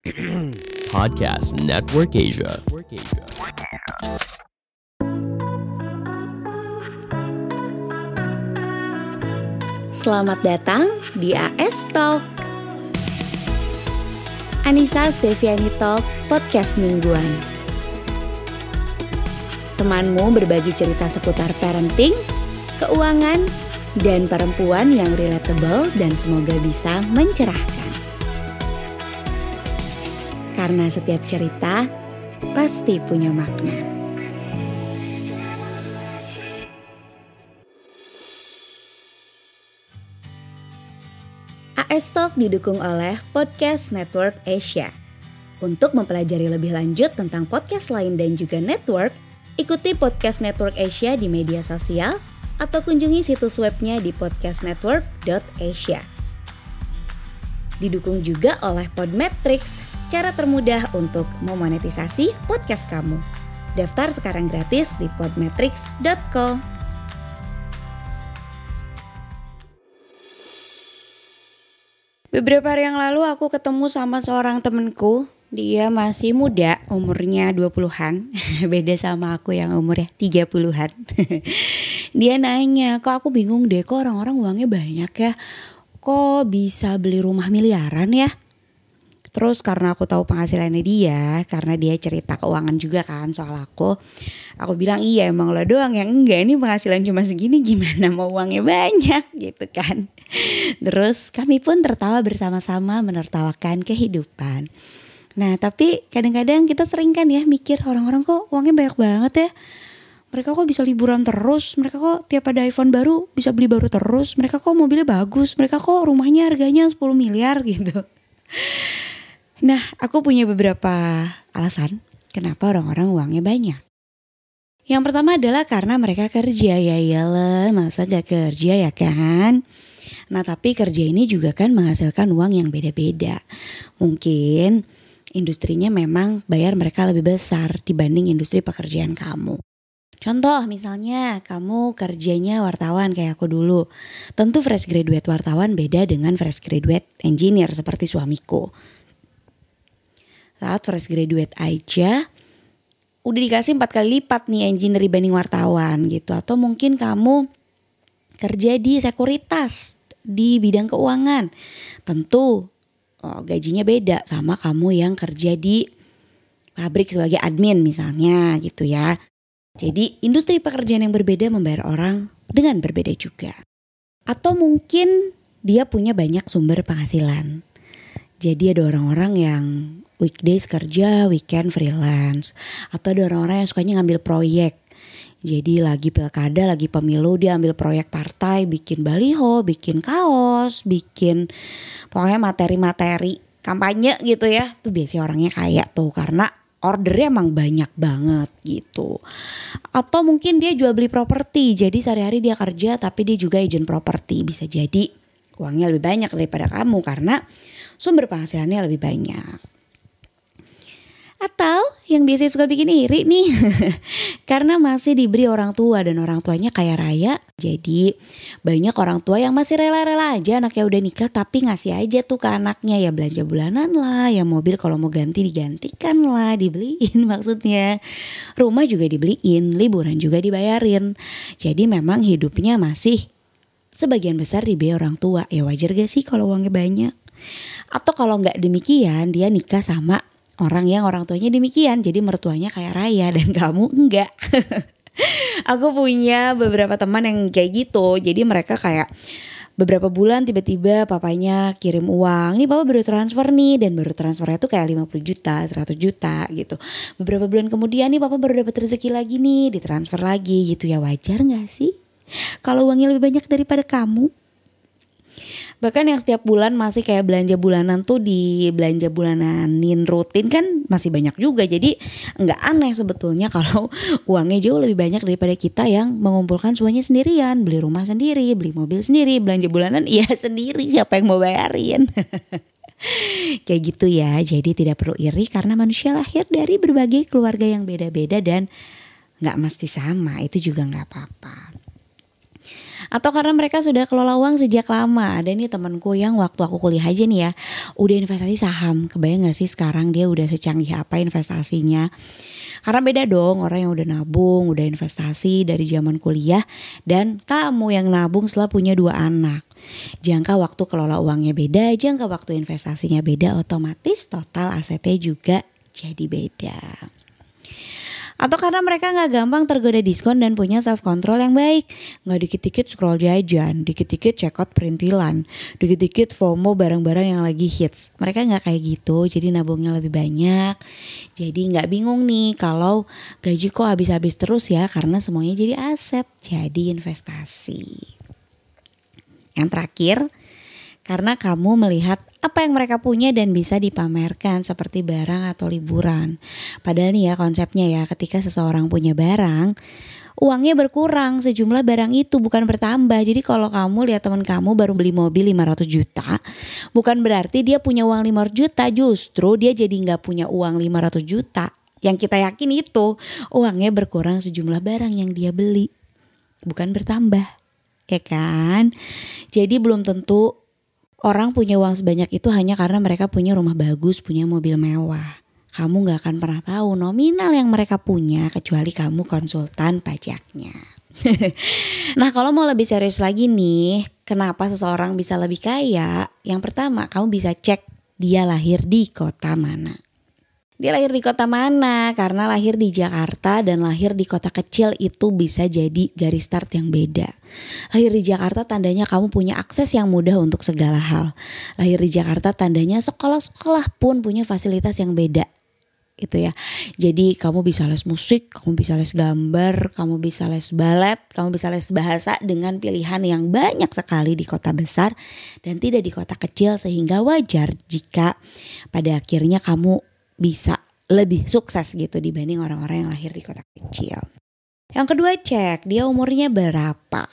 Podcast Network Asia. Selamat datang di AS Talk. Anissa Steviani Talk, podcast mingguan. Temanmu berbagi cerita seputar parenting, keuangan, dan perempuan yang relatable dan semoga bisa mencerahkan. Karena setiap cerita pasti punya makna. AS Talk didukung oleh Podcast Network Asia. Untuk mempelajari lebih lanjut tentang podcast lain dan juga network, ikuti Podcast Network Asia di media sosial atau kunjungi situs webnya di podcastnetwork.asia. Didukung juga oleh Podmetrics, cara termudah untuk memonetisasi podcast kamu. Daftar sekarang gratis di podmetrics.co. Beberapa hari yang lalu aku ketemu sama seorang temenku. Dia masih muda, umurnya 20-an. Beda sama aku yang umurnya 30-an. Dia nanya, kok aku bingung deh, kok orang-orang uangnya banyak ya? Kok bisa beli rumah miliaran ya? Terus karena aku tahu penghasilannya dia, karena dia cerita keuangan juga kan soal aku bilang iya emang lo doang yang enggak, ini penghasilan cuma segini gimana mau uangnya banyak gitu kan. Terus kami pun tertawa bersama-sama menertawakan kehidupan. Nah tapi kadang-kadang kita sering kan ya mikir orang-orang kok uangnya banyak banget ya. Mereka kok bisa liburan terus, mereka kok tiap ada iPhone baru bisa beli baru terus, mereka kok mobilnya bagus, mereka kok rumahnya harganya 10 miliar gitu. Nah, aku punya beberapa alasan kenapa orang-orang uangnya banyak. Yang pertama adalah karena mereka kerja, ya iyalah, masa gak kerja ya kan? Nah, tapi kerja ini juga kan menghasilkan uang yang beda-beda. Mungkin industrinya memang bayar mereka lebih besar dibanding industri pekerjaan kamu. Contoh misalnya kamu kerjanya wartawan kayak aku dulu. Tentu fresh graduate wartawan beda dengan fresh graduate engineer seperti suamiku. Saat fresh graduate aja udah dikasih 4 kali lipat nih engineer dibanding wartawan gitu. Atau mungkin kamu kerja di sekuritas, di bidang keuangan. Tentu gajinya beda sama kamu yang kerja di pabrik sebagai admin misalnya gitu ya. Jadi industri pekerjaan yang berbeda membayar orang dengan berbeda juga. Atau mungkin dia punya banyak sumber penghasilan. Jadi ada orang-orang yang weekdays kerja, weekend freelance. Atau ada orang-orang yang sukanya ngambil proyek. Jadi lagi pilkada, lagi pemilu dia ambil proyek partai, bikin baliho, bikin kaos, bikin pokoknya materi-materi kampanye gitu ya. Itu biasanya orangnya kaya tuh karena ordernya emang banyak banget gitu. Atau mungkin dia jual beli properti. Jadi sehari-hari dia kerja tapi dia juga agent properti. Bisa jadi uangnya lebih banyak daripada kamu karena sumber penghasilannya lebih banyak. Atau yang biasanya suka bikin iri nih karena masih diberi orang tua dan orang tuanya kaya raya. Jadi banyak orang tua yang masih rela-rela aja anaknya udah nikah tapi ngasih aja tuh ke anaknya. Ya belanja bulanan lah, ya mobil kalau mau ganti digantikan lah, dibeliin maksudnya. Rumah juga dibeliin, liburan juga dibayarin. Jadi memang hidupnya masih sebagian besar dibiayai orang tua. Ya wajar gak sih kalau uangnya banyak? Atau kalau gak demikian dia nikah sama orang yang orang tuanya demikian, jadi mertuanya kaya raya dan kamu enggak. Aku punya beberapa teman yang kayak gitu. Jadi mereka kayak beberapa bulan tiba-tiba papanya kirim uang, nih papa baru transfer nih, dan baru transfernya tuh kayak 50 juta, 100 juta gitu. Beberapa bulan kemudian nih papa baru dapat rezeki lagi nih, ditransfer lagi gitu. Ya wajar gak sih kalau uangnya lebih banyak daripada kamu? Bahkan yang setiap bulan masih kayak belanja bulanan tuh di belanja bulananin rutin kan masih banyak juga. Jadi gak aneh sebetulnya kalau uangnya jauh lebih banyak daripada kita yang mengumpulkan semuanya sendirian. Beli rumah sendiri, beli mobil sendiri, belanja bulanan iya sendiri, siapa yang mau bayarin. Kayak gitu ya. Jadi tidak perlu iri karena manusia lahir dari berbagai keluarga yang beda-beda dan gak mesti sama. Itu juga gak apa-apa. Atau karena mereka sudah kelola uang sejak lama. Ada nih temanku yang waktu aku kuliah aja nih ya, udah investasi saham. Kebayang gak sih sekarang dia udah secanggih apa investasinya? Karena beda dong orang yang udah nabung, udah investasi dari zaman kuliah, dan kamu yang nabung setelah punya 2 anak. Jangka waktu kelola uangnya beda, jangka waktu investasinya beda, otomatis total asetnya juga jadi beda. Atau karena mereka gak gampang tergoda diskon dan punya self control yang baik. Gak dikit-dikit scroll jajan, dikit-dikit check out perintilan, dikit-dikit FOMO barang-barang yang lagi hits. Mereka gak kayak gitu, jadi nabungnya lebih banyak. Jadi gak bingung nih kalau gaji kok habis-habis terus ya, karena semuanya jadi aset, jadi investasi. Yang terakhir, karena kamu melihat apa yang mereka punya dan bisa dipamerkan seperti barang atau liburan. Padahal nih ya konsepnya ya, ketika seseorang punya barang, uangnya berkurang, sejumlah barang itu bukan bertambah. Jadi kalau kamu lihat teman kamu baru beli mobil 500 juta, bukan berarti dia punya uang 500 juta, justru dia jadi gak punya uang 500 juta. Yang kita yakin itu uangnya berkurang sejumlah barang yang dia beli, bukan bertambah, ya kan? Jadi belum tentu orang punya uang sebanyak itu hanya karena mereka punya rumah bagus, punya mobil mewah. Kamu gak akan pernah tahu nominal yang mereka punya kecuali kamu konsultan pajaknya. Nah kalau mau lebih serius lagi nih, kenapa seseorang bisa lebih kaya? Yang pertama, kamu bisa cek dia lahir di kota mana. Dia lahir di kota mana? Karena lahir di Jakarta dan lahir di kota kecil itu bisa jadi garis start yang beda. Lahir di Jakarta tandanya kamu punya akses yang mudah untuk segala hal. Lahir di Jakarta tandanya sekolah-sekolah pun punya fasilitas yang beda. Itu ya. Jadi kamu bisa les musik, kamu bisa les gambar, kamu bisa les balet, kamu bisa les bahasa dengan pilihan yang banyak sekali di kota besar dan tidak di kota kecil, sehingga wajar jika pada akhirnya kamu bisa lebih sukses gitu dibanding orang-orang yang lahir di kota kecil. Yang kedua, cek dia umurnya berapa.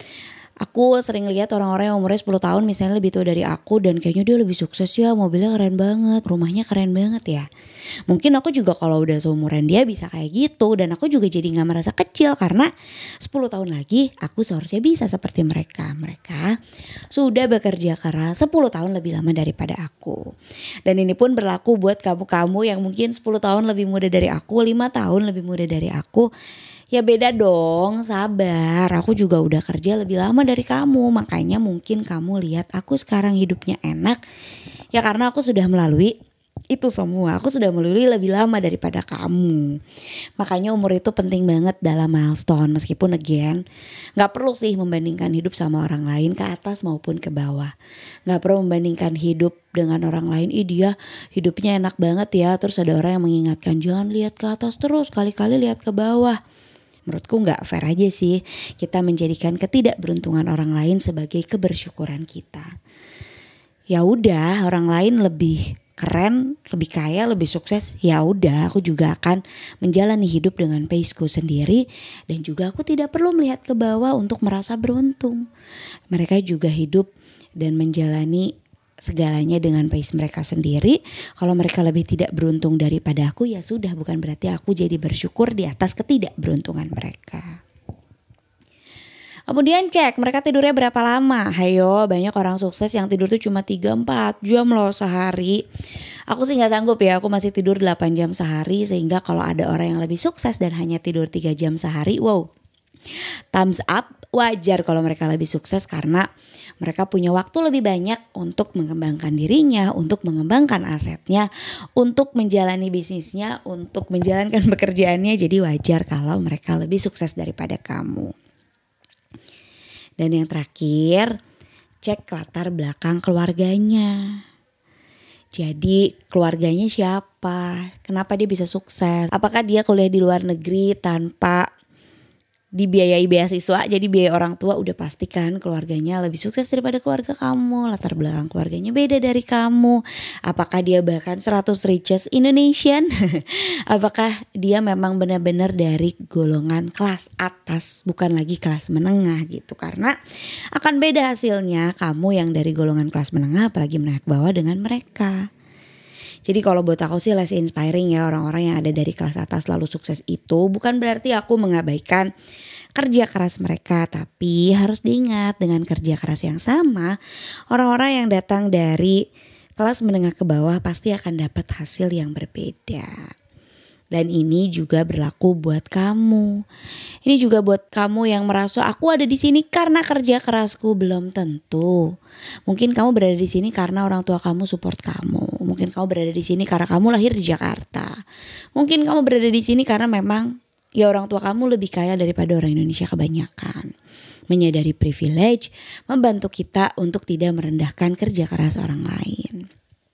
Aku sering lihat orang-orang yang umurnya 10 tahun misalnya lebih tua dari aku dan kayaknya dia lebih sukses ya, mobilnya keren banget, rumahnya keren banget ya. Mungkin aku juga kalau udah seumuran dia bisa kayak gitu dan aku juga jadi gak merasa kecil karena 10 tahun lagi aku seharusnya bisa seperti mereka. Mereka sudah bekerja keras 10 tahun lebih lama daripada aku. Dan ini pun berlaku buat kamu-kamu yang mungkin 10 tahun lebih muda dari aku, 5 tahun lebih muda dari aku. Ya beda dong, sabar. Aku juga udah kerja lebih lama dari kamu. Makanya mungkin kamu lihat aku sekarang hidupnya enak. Ya karena aku sudah melalui itu semua. Aku sudah melalui lebih lama daripada kamu. Makanya umur itu penting banget dalam milestone. Meskipun again, gak perlu sih membandingkan hidup sama orang lain ke atas maupun ke bawah. Gak perlu membandingkan hidup dengan orang lain. Dia hidupnya enak banget ya. Terus ada orang yang mengingatkan jangan lihat ke atas terus, kali-kali lihat ke bawah. Menurutku gak fair aja sih kita menjadikan ketidakberuntungan orang lain sebagai kebersyukuran kita. Ya udah, orang lain lebih keren, lebih kaya, lebih sukses. Ya udah, aku juga akan menjalani hidup dengan paceku sendiri dan juga aku tidak perlu melihat ke bawah untuk merasa beruntung. Mereka juga hidup dan menjalani segalanya dengan pace mereka sendiri. Kalau mereka lebih tidak beruntung daripada aku, ya sudah, bukan berarti aku jadi bersyukur di atas ketidakberuntungan mereka. Kemudian cek mereka tidurnya berapa lama. Hayo, banyak orang sukses yang tidur tuh cuma 3-4 jam loh sehari. Aku sih gak sanggup ya, aku masih tidur 8 jam sehari. Sehingga kalau ada orang yang lebih sukses dan hanya tidur 3 jam sehari, wow, thumbs up. Wajar kalau mereka lebih sukses karena mereka punya waktu lebih banyak untuk mengembangkan dirinya, untuk mengembangkan asetnya, untuk menjalani bisnisnya, untuk menjalankan pekerjaannya. Jadi wajar kalau mereka lebih sukses daripada kamu. Dan yang terakhir, cek latar belakang keluarganya. Jadi keluarganya siapa? Kenapa dia bisa sukses? Apakah dia kuliah di luar negeri tanpa dibiayai beasiswa, jadi biaya orang tua? Udah pastikan keluarganya lebih sukses daripada keluarga kamu. Latar belakang keluarganya beda dari kamu. Apakah dia bahkan 100 richest Indonesian? Apakah dia memang benar-benar dari golongan kelas atas, bukan lagi kelas menengah gitu? Karena akan beda hasilnya kamu yang dari golongan kelas menengah apalagi menengah ke bawah dengan mereka. Jadi kalau buat aku sih less inspiring ya orang-orang yang ada dari kelas atas lalu sukses itu. Bukan berarti aku mengabaikan kerja keras mereka, tapi harus diingat dengan kerja keras yang sama, orang-orang yang datang dari kelas menengah ke bawah pasti akan dapat hasil yang berbeda. Dan ini juga berlaku buat kamu. Ini juga buat kamu yang merasa aku ada di sini karena kerja kerasku, belum tentu. Mungkin kamu berada di sini karena orang tua kamu support kamu. Mungkin kamu berada di sini karena kamu lahir di Jakarta. Mungkin kamu berada di sini karena memang ya orang tua kamu lebih kaya daripada orang Indonesia kebanyakan. Menyadari privilege membantu kita untuk tidak merendahkan kerja keras orang lain.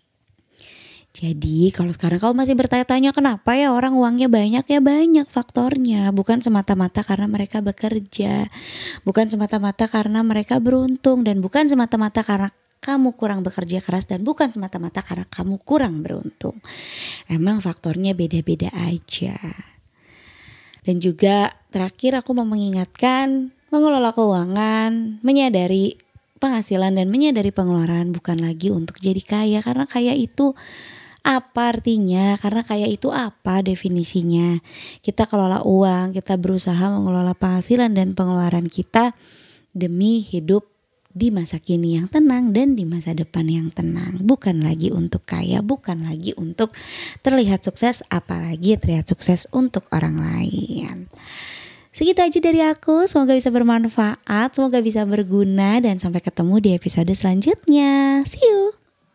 Jadi kalau sekarang kamu masih bertanya-tanya kenapa ya orang uangnya banyak, ya banyak faktornya. Bukan semata-mata karena mereka bekerja, bukan semata-mata karena mereka beruntung, dan bukan semata-mata karena kamu kurang bekerja keras, dan bukan semata-mata karena kamu kurang beruntung. Emang faktornya beda-beda aja. Dan juga terakhir aku mau mengingatkan, mengelola keuangan, menyadari penghasilan dan menyadari pengeluaran bukan lagi untuk jadi kaya. Karena kaya itu apa artinya? Karena kaya itu apa definisinya? Kita kelola uang, kita berusaha mengelola penghasilan dan pengeluaran kita demi hidup di masa kini yang tenang dan di masa depan yang tenang. Bukan lagi untuk kaya, bukan lagi untuk terlihat sukses, apalagi terlihat sukses untuk orang lain. Segitu aja dari aku, semoga bisa bermanfaat, semoga bisa berguna, dan sampai ketemu di episode selanjutnya. See you!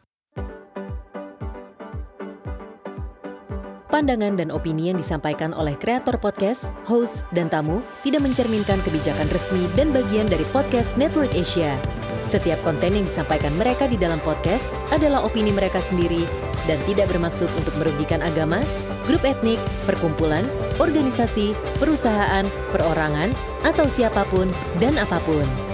Pandangan dan opini yang disampaikan oleh kreator podcast, host, dan tamu tidak mencerminkan kebijakan resmi dan bagian dari podcast Network Asia. Setiap konten yang disampaikan mereka di dalam podcast adalah opini mereka sendiri dan tidak bermaksud untuk merugikan agama, grup etnik, perkumpulan, organisasi, perusahaan, perorangan, atau siapapun dan apapun.